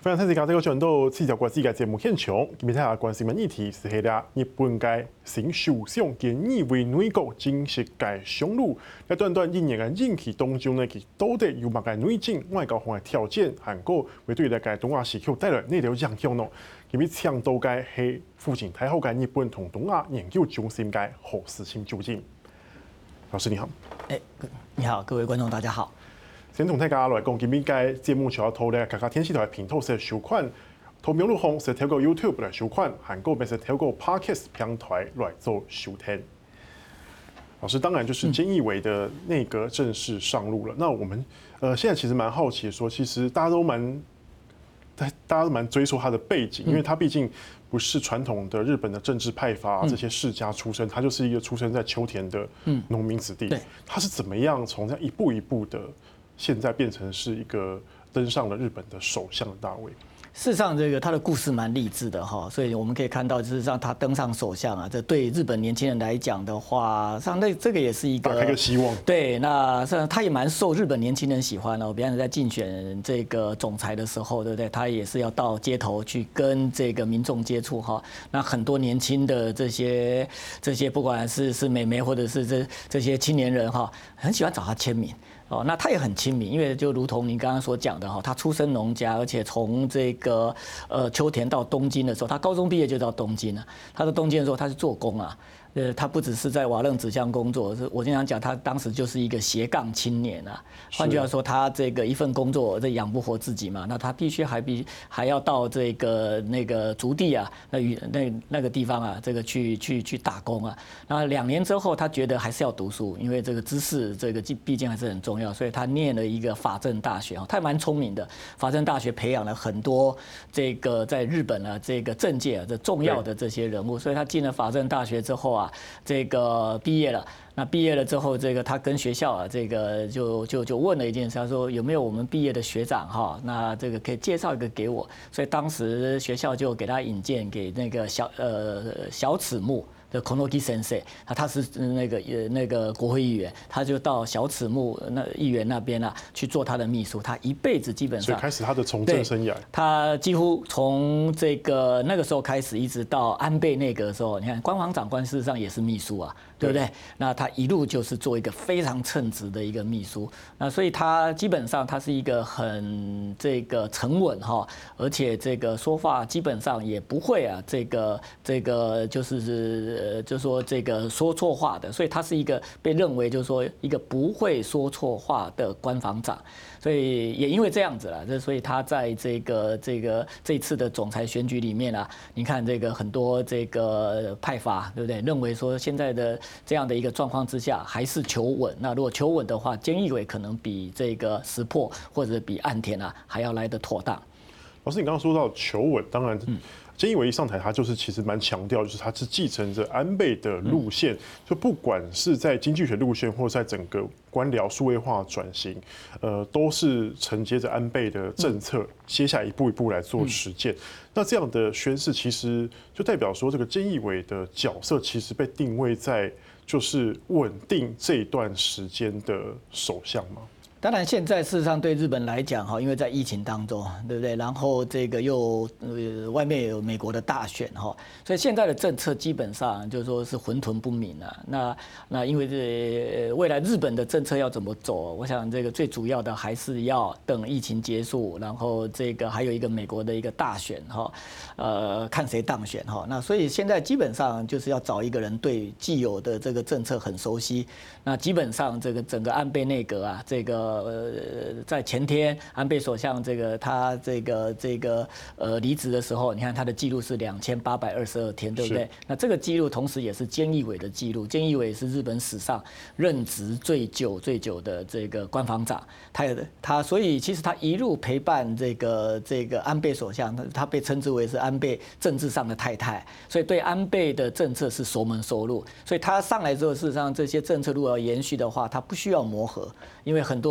非常谢谢大家收看到四条国际嘅節目現場，今日睇下關心嘅議題是係啦，日本嘅新首相建議為美國正式嘅上路，喺短短1年嘅任期當中呢，佢到底有乜嘅內政外交上嘅條件，韓國會對呢個東亞時區帶來哪條影響呢？今日請到嘅係復興大學嘅日本同東亞研究中心嘅何世清主任。老師你好。 你好，各位觀眾大家好。 先同大家來講，今日嘅節目主要透咧，各個電視台頻道是收看，透明路紅是透過 YouTube 來收看，韓國便是透過 Podcast 平台來做收聽。老師，當然就是菅義偉的內閣正式上路了。那我們現在其實蠻好奇說，其實大家都蠻追溯他的背景，因為他畢竟不是傳統的日本的政治派閥這些世家出身，他就是一個出生在秋田的農民子弟。他是怎麼樣從這樣一步一步的？現在變成是一個登上了日本的首相的大位。 事實上，這個他的故事蠻勵志的哈，所以我們可以看到，事實上他登上首相啊，這對日本年輕人來講的話，上那這個也是一個打開個希望。 對，那他也蠻受日本年輕人喜歡的。比方說在競選這個總裁的時候，對不對？他也是要到街頭去跟這個民眾接觸哈。那很多年輕的這些不管是美眉或者是這些青年人哈，很喜歡找他簽名。哦，那他也很親民，因為就如同您剛剛所講的哈，他出身農家，而且從這個秋田到東京的時候，他高中畢業就到東京了。他到東京的時候，他是做工啊。他不只是在瓦楞紙箱工作，我經常講，他當時就是一個斜槓青年啊。換句話說，他這個一份工作這養不活自己嘛，那他必須還要到這個那個築地啊，那個地方啊，這個去打工啊。那2年之後，他覺得還是要讀書，因為這個知識這個畢竟還是很重要，所以他念了一個法政大學啊，他也蠻聰明的。法政大學培養了很多這個在日本啊這個政界啊這重要的這些人物，所以他進了法政大學之後啊。這個畢業了，那畢業了之後，這個他跟學校啊，這個就問了一件事，他說有沒有我們畢業的學長哈？那這個可以介紹一個給我，所以當時學校就給他引薦給那個小此木。Konoki Sensei，他是那個國會議員，他就到小此木那議員那邊啊去做他的秘書，他一輩子基本上， 所以開始他的從政生涯。 他幾乎從這個那個時候開始，一直到安倍內閣的時候，你看官房長官事實上也是秘書啊，對不對？那他一路就是做一個非常稱職的一個秘書，那所以他基本上他是一個很這個沉穩哈，而且這個說話基本上也不會啊，這個就是就說這個說錯話的，所以他是一個被認為就是說一個不會說錯話的官房長，所以也因為這樣子啦，所以他在這次的總裁選舉裡面啊，你看這個很多這個派閥，對不對？認為說現在的這樣的一個狀況之下，還是求穩。那如果求穩的話，菅義偉可能比這個石破或者比岸田啊還要來得妥當。 老師，你剛剛說到求穩，當然。菅義偉一上台，他就是其實蠻強調，就是他是繼承着安倍的路線，就不管是在經濟學路線，或者在整個官僚數位化轉型，都是承接着安倍的政策，接下來一步一步來做實踐。那這樣的宣示，其實就代表說，這個菅義偉的角色其實被定位在就是穩定這一段時間的首相嗎？ 當然，現在事實上對日本來講，哈，因為在疫情當中，對不對？然後這個又外面有美國的大選，哈，所以現在的政策基本上就是說是混沌不明啊。那因為未來日本的政策要怎麼走，我想這個最主要的還是要等疫情結束，然後這個還有一個美國的一個大選，哈，看誰當選，哈。那所以現在基本上就是要找一個人對既有的這個政策很熟悉。那基本上這個整個安倍內閣啊，這個。在前天安倍首相他離職的時候，你看他的記錄是2822天，對不對？那這個記錄同時也是菅義偉的記錄。菅義偉是日本史上任職最久的這個官房長，他所以其實他一路陪伴這個安倍首相，他被稱之為是安倍政治上的太太，所以對安倍的政策是熟門熟路。所以他上來之後，事實上這些政策如果要延續的話，他不需要磨合，因為很多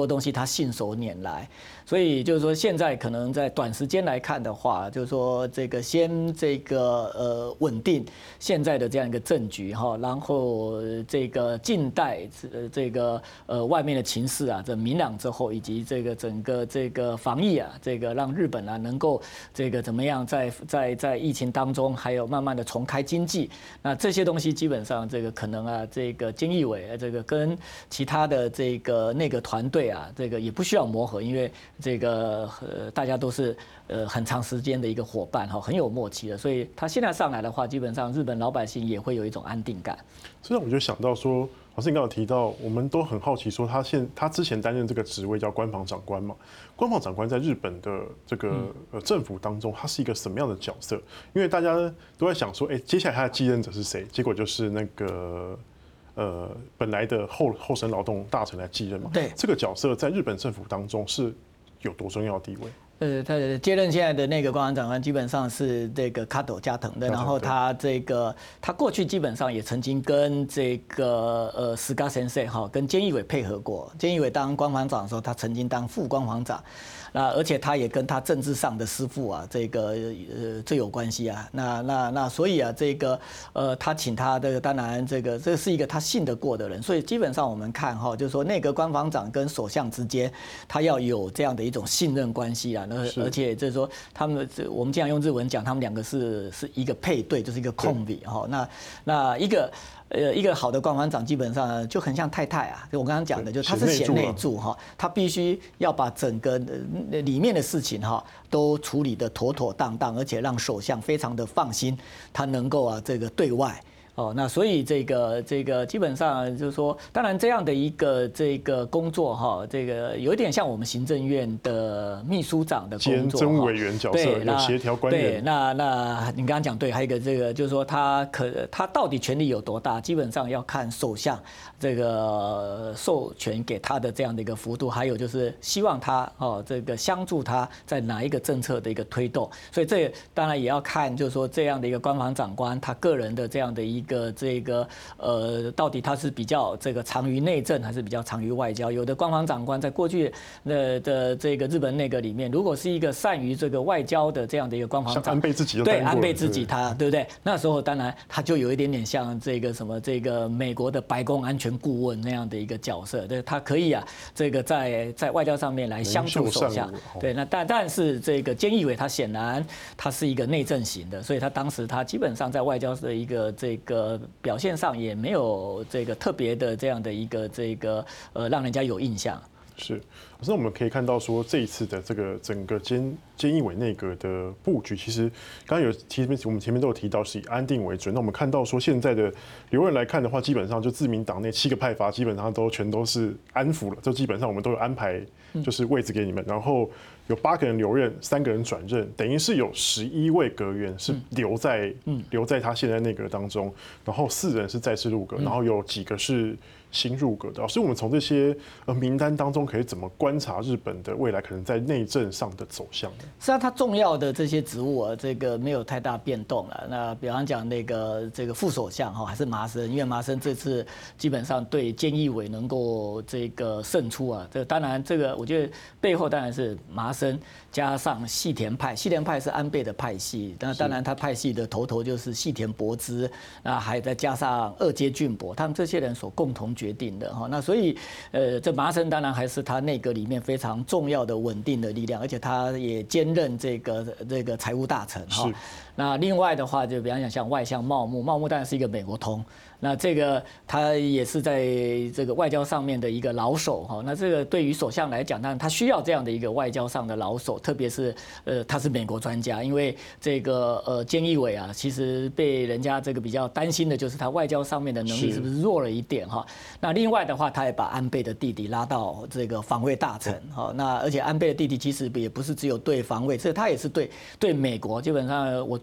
多东西他信手拈来，所以就是说现在可能在短时间来看的话，就是说这个先这个稳定现在的这样一个政局哈，然后这个静待这个外面的情势啊这明朗之后，以及这个整个这个防疫啊，这个让日本啊能够这个怎么样在疫情当中，还有慢慢的重开经济，那这些东西基本上这个可能啊，这个菅义伟这个跟其他的这个内阁团队啊，这个也不需要磨合，因为这个大家都是很长时间的一个伙伴哈，很有默契的，所以他现在上来的话，基本上日本老百姓也会有一种安定感。 所以我就想到说，老师你刚刚有提到，我们都很好奇说他之前担任这个职位叫官房长官嘛，官房长官在日本的这个政府当中，他是一个什么样的角色？因为大家都在想说，接下来他的继任者是谁？结果就是那个本来的厚生劳动大臣来继任嘛。 对， 这个角色在日本政府当中是有多重要的地位？ 他接任现在的那个官房长官基本上是这个加藤加藤的，然后他过去基本上也曾经跟这个菅先生哈跟菅义伟配合过，菅义伟当官房长的时候，他曾经当副官房长。那而且他也跟他政治上的师父啊，这个最有关系啊。那所以啊，这个他请他的当然这是一个他信得过的人，所以基本上我们看哈，就是说内阁官房长跟首相之间，他要有这样的一种信任关系啊。而且就是说我们经常用日文讲，他们两个是一个配对，就是一个控比哈。那一个好的官房长基本上就很像太太啊，就我刚刚讲的，就他是贤内助哈，他必须要把整个里面的事情哈都处理得妥妥当当，而且让首相非常的放心，他能够啊这个对外。那所以这个基本上就是说，当然这样的一个这个工作哈，这个有一点像我们行政院的秘书长的工作， 兼政务委员角色，有协调官员。 对，那你刚刚讲对，还有一个这个就是说他到底权力有多大，基本上要看首相这个授权给他的这样的一个幅度，还有就是希望他这个相助他在哪一个政策的一个推动，所以这当然也要看就是说这样的一个官房长官他个人的这样的一个到底他是比较这个长于内政还是比较长于外交？有的官房长官在过去的这个日本内阁里面，如果是一个善于这个外交的这样的一个官房长， 安倍自己对安倍自己他对不对？那时候当然他就有一点点像这个什么这个美国的白宫安全顾问那样的一个角色，对，他可以啊这个在外交上面来相助首相，对，那但是这个菅义伟他显然他是一个内政型的，所以他当时他基本上在外交的一个这个表现上也没有这个特别的这样的一个让人家有印象。 是，可是我们可以看到说这一次的这个整个菅义伟内阁的布局，其实刚刚我们前面都有提到是以安定为准。那我们看到说现在的留任来看的话，基本上就自民党内7个派阀基本上全都是安抚了，就基本上我们都有安排就是位置给你们，然后有8个人留任，3个人转任，等于是有11位阁员是留在他现在内阁当中，然后4人是再次入阁，然后有几个是新入阁的。所以我们从这些名单当中可以怎么观察日本的未来可能在内政上的走向呢？ 实际上，它重要的这些职务啊，这个没有太大变动了。那比方讲这个副首相哈，还是麻生，因为麻生这次基本上对菅义伟能够这个胜出啊，这当然这个我觉得背后当然是麻生加上细田派，细田派是安倍的派系，那当然他派系的头就是细田博之，那还再加上二阶俊博，他们这些人所共同决定的哈。那所以这麻生当然还是他内阁里面非常重要的稳定的力量，而且他也兼任这个财务大臣哈。那另外的话，就比方讲像外相茂木当然是一个美国通。那这个他也是在这个外交上面的一个老手哈。那这个对于首相来讲，当然他需要这样的一个外交上的老手，特别是他是美国专家，因为这个菅义伟啊，其实被人家这个比较担心的就是他外交上面的能力是不是弱了一点哈。那另外的话，他也把安倍的弟弟拉到这个防卫大臣哈。那而且安倍的弟弟其实也不是只有对防卫，这他也是对美国。基本上我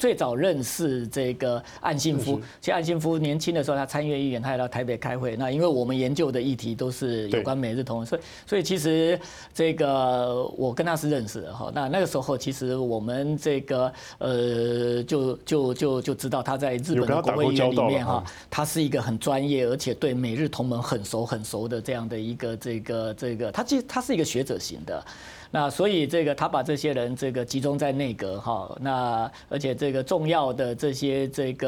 最早认识这个岸信夫。其实岸信夫年轻的时候，他参议员，他也到台北开会。那因为我们研究的议题都是有关美日同盟，所以其实这个我跟他是认识的哈。那个时候其实我们这个就知道他在日本的国会议员里面哈，他是一个很专业，而且对美日同盟很熟的这样的一个这个，他是一个学者型的。那所以这个他把这些人这个集中在内阁哈，那而且这个重要的这些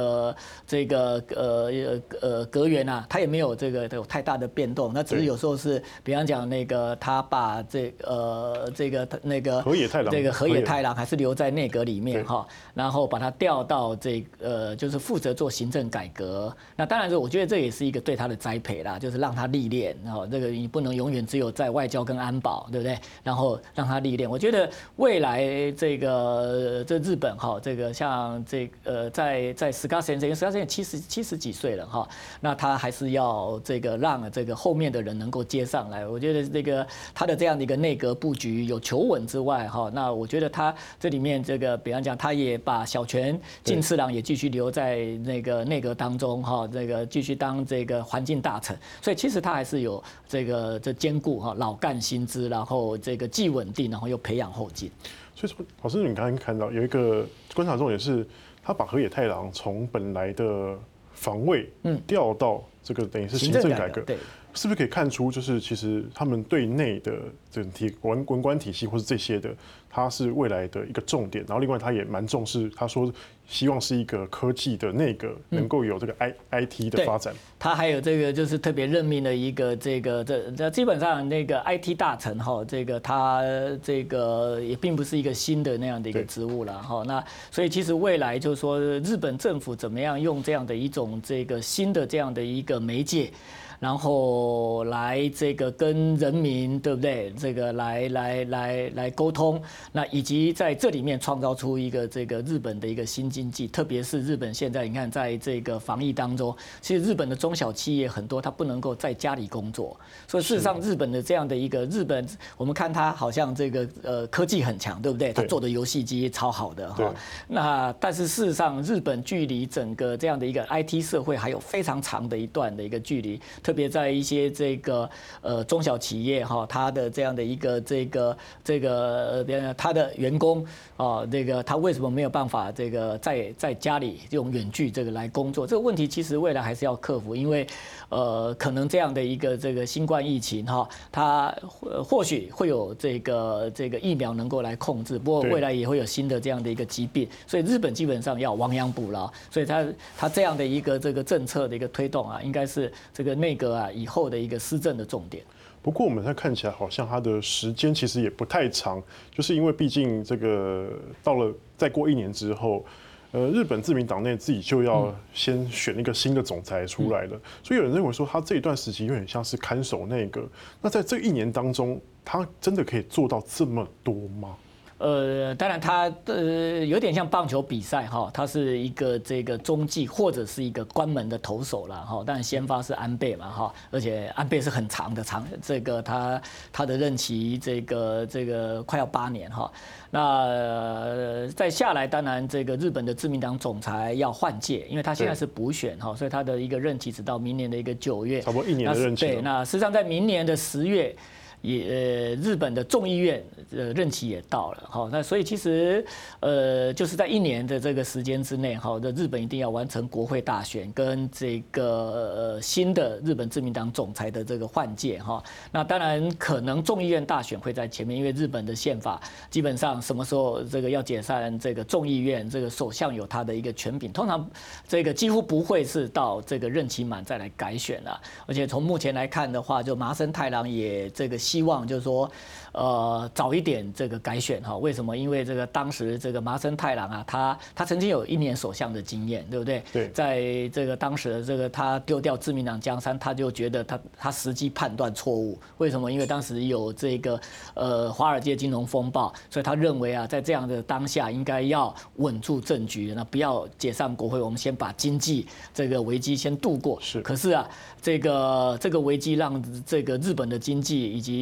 阁员啊，他也没有有太大的变动，那只是有时候是，比方讲那个他把那个河野太郎还是留在内阁里面哈，然后把他调到就是负责做行政改革。那当然是我觉得这也是一个对他的栽培啦，就是让他历练，然后这个你不能永远只有在外交跟安保，对不对？然后让他历练，我觉得未来这日本哈，这个像在石川先生，因为石川先生70几岁了哈，那他还是要让后面的人能够接上来。我觉得他的这样的一个内阁布局有求稳之外哈，那我觉得他这里面比方讲，他也把小泉进次郎也继续留在那个内阁当中哈，继续当环境大臣，所以其实他还是有这兼顾哈老干新知，然后既稳定，然后又培养后进。 所以说，老师，你刚刚看到有一个观察重点是，他把河野太郎从本来的防卫调到等于是行政改革， 对， 是不是可以看出，就是其实他们对内的整体文官体系或是这些的，它是未来的一个重点。然后另外他也蛮重视，他说希望是一个科技的内阁能够有IT 的发展。 他还有就是特别任命了一个基本上那个 IT 大臣哈，他也并不是一个新的那样的一个职务了哈。那所以其实未来就是说日本政府怎么样用这样的一种新的这样的一个媒介。然后来跟人民对不对？来沟通，那以及在这里面创造出一个日本的一个新经济，特别是日本现在你看在防疫当中，其实日本的中小企业很多它不能够在家里工作，所以事实上日本的这样的一个我们看它好像科技很强，对不对？它做的游戏机超好的哈。那但是事实上日本距离整个这样的一个 IT 社会还有非常长的一段的一个距离。特别在一些中小企业哈，它的这样的一个他的员工啊，他为什么没有办法在家里用远距来工作？这个问题其实未来还是要克服，因为可能这样的一个新冠疫情哈，它或许会有这个疫苗能够来控制，不过未来也会有新的这样的一个疾病，所以日本基本上要亡羊补牢，所以它这样的一个政策的一个推动啊，应该是内阁啊以后的一个施政的重点。 不过我们现在看起来好像它的时间其实也不太长，就是因为毕竟到了再过1年之后，日本自民党内自己就要先选一个新的总裁出来了，所以有人认为说他这一段时期有点像是看守内阁。那在这1年当中，他真的可以做到这么多吗？ 当然它有点像棒球比赛哈，它是一个中继或者是一个关门的投手了哈。但先发是安倍嘛哈，而且安倍是很长的他的任期快要8年哈。那再下来，当然日本的自民党总裁要换届，因为他现在是补选哈，所以他的一个任期直到明年的一个9月， 差不多1年的任期。 对，那事实上在明年的10月。日本的众议院任期也到了，好，那所以其实就是在1年的这个时间之内，好的日本一定要完成国会大选跟新的日本自民党总裁的换届哈。那当然可能众议院大选会在前面，因为日本的宪法基本上什么时候要解散众议院，首相有他的一个权柄，通常几乎不会是到任期满再来改选了。而且从目前来看的话，就麻生太郎也希望就是说，早一点改选哈。为什么？因为当时麻生太郎啊，他曾经有1年首相的经验，对不对？ 对。 在当时的他丢掉自民党江山，他就觉得他时机判断错误。为什么？因为当时有华尔街金融风暴，所以他认为啊，在这样的当下应该要稳住政局，那不要解散国会，我们先把经济危机先度过。 是。 可是啊，这个危机让日本的经济以及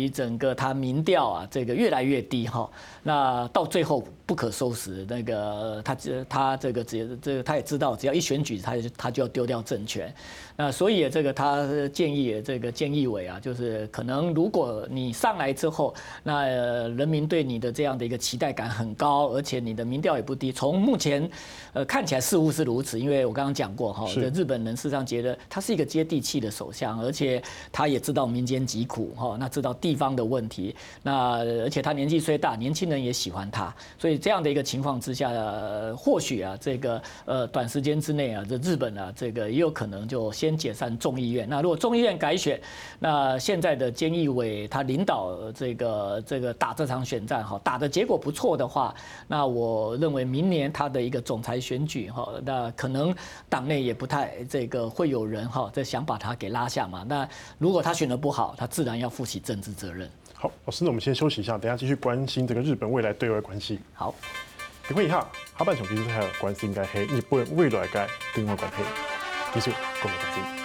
期整个他民调啊，这个越来越低哈，那到最后不可收拾。那个他这个他也知道，只要一选举，他就要丢掉政权。那所以这个他建议这个菅义伟啊，就是可能如果你上来之后，那人民对你的这样的一个期待感很高，而且你的民调也不低。从目前看起来似乎是如此，因为我刚刚讲过哈，日本人事实上觉得他是一个接地气的首相，而且他也知道民间疾苦哈，那知道地方的问题，那而且他年纪虽大，年轻人也喜欢他，所以这样的一个情况之下，或许啊这个短时间之内啊，这日本啊这个也有可能就先解散众议院。那如果众议院改选，那现在的菅义伟他领导这个打这场选战哈，打的结果不错的话，那我认为明年他的一个总裁选举哈，那可能党内也不太这个会有人哈，在想把他给拉下嘛。那如果他选得不好，他自然要负起政治责任。 好，老师，那我们先休息一下，等一下继续关心这个日本未来对外关系。 好， 你看一下下半場其實係關心嘅係日本未來嘅對外關係，繼續講嚟講先。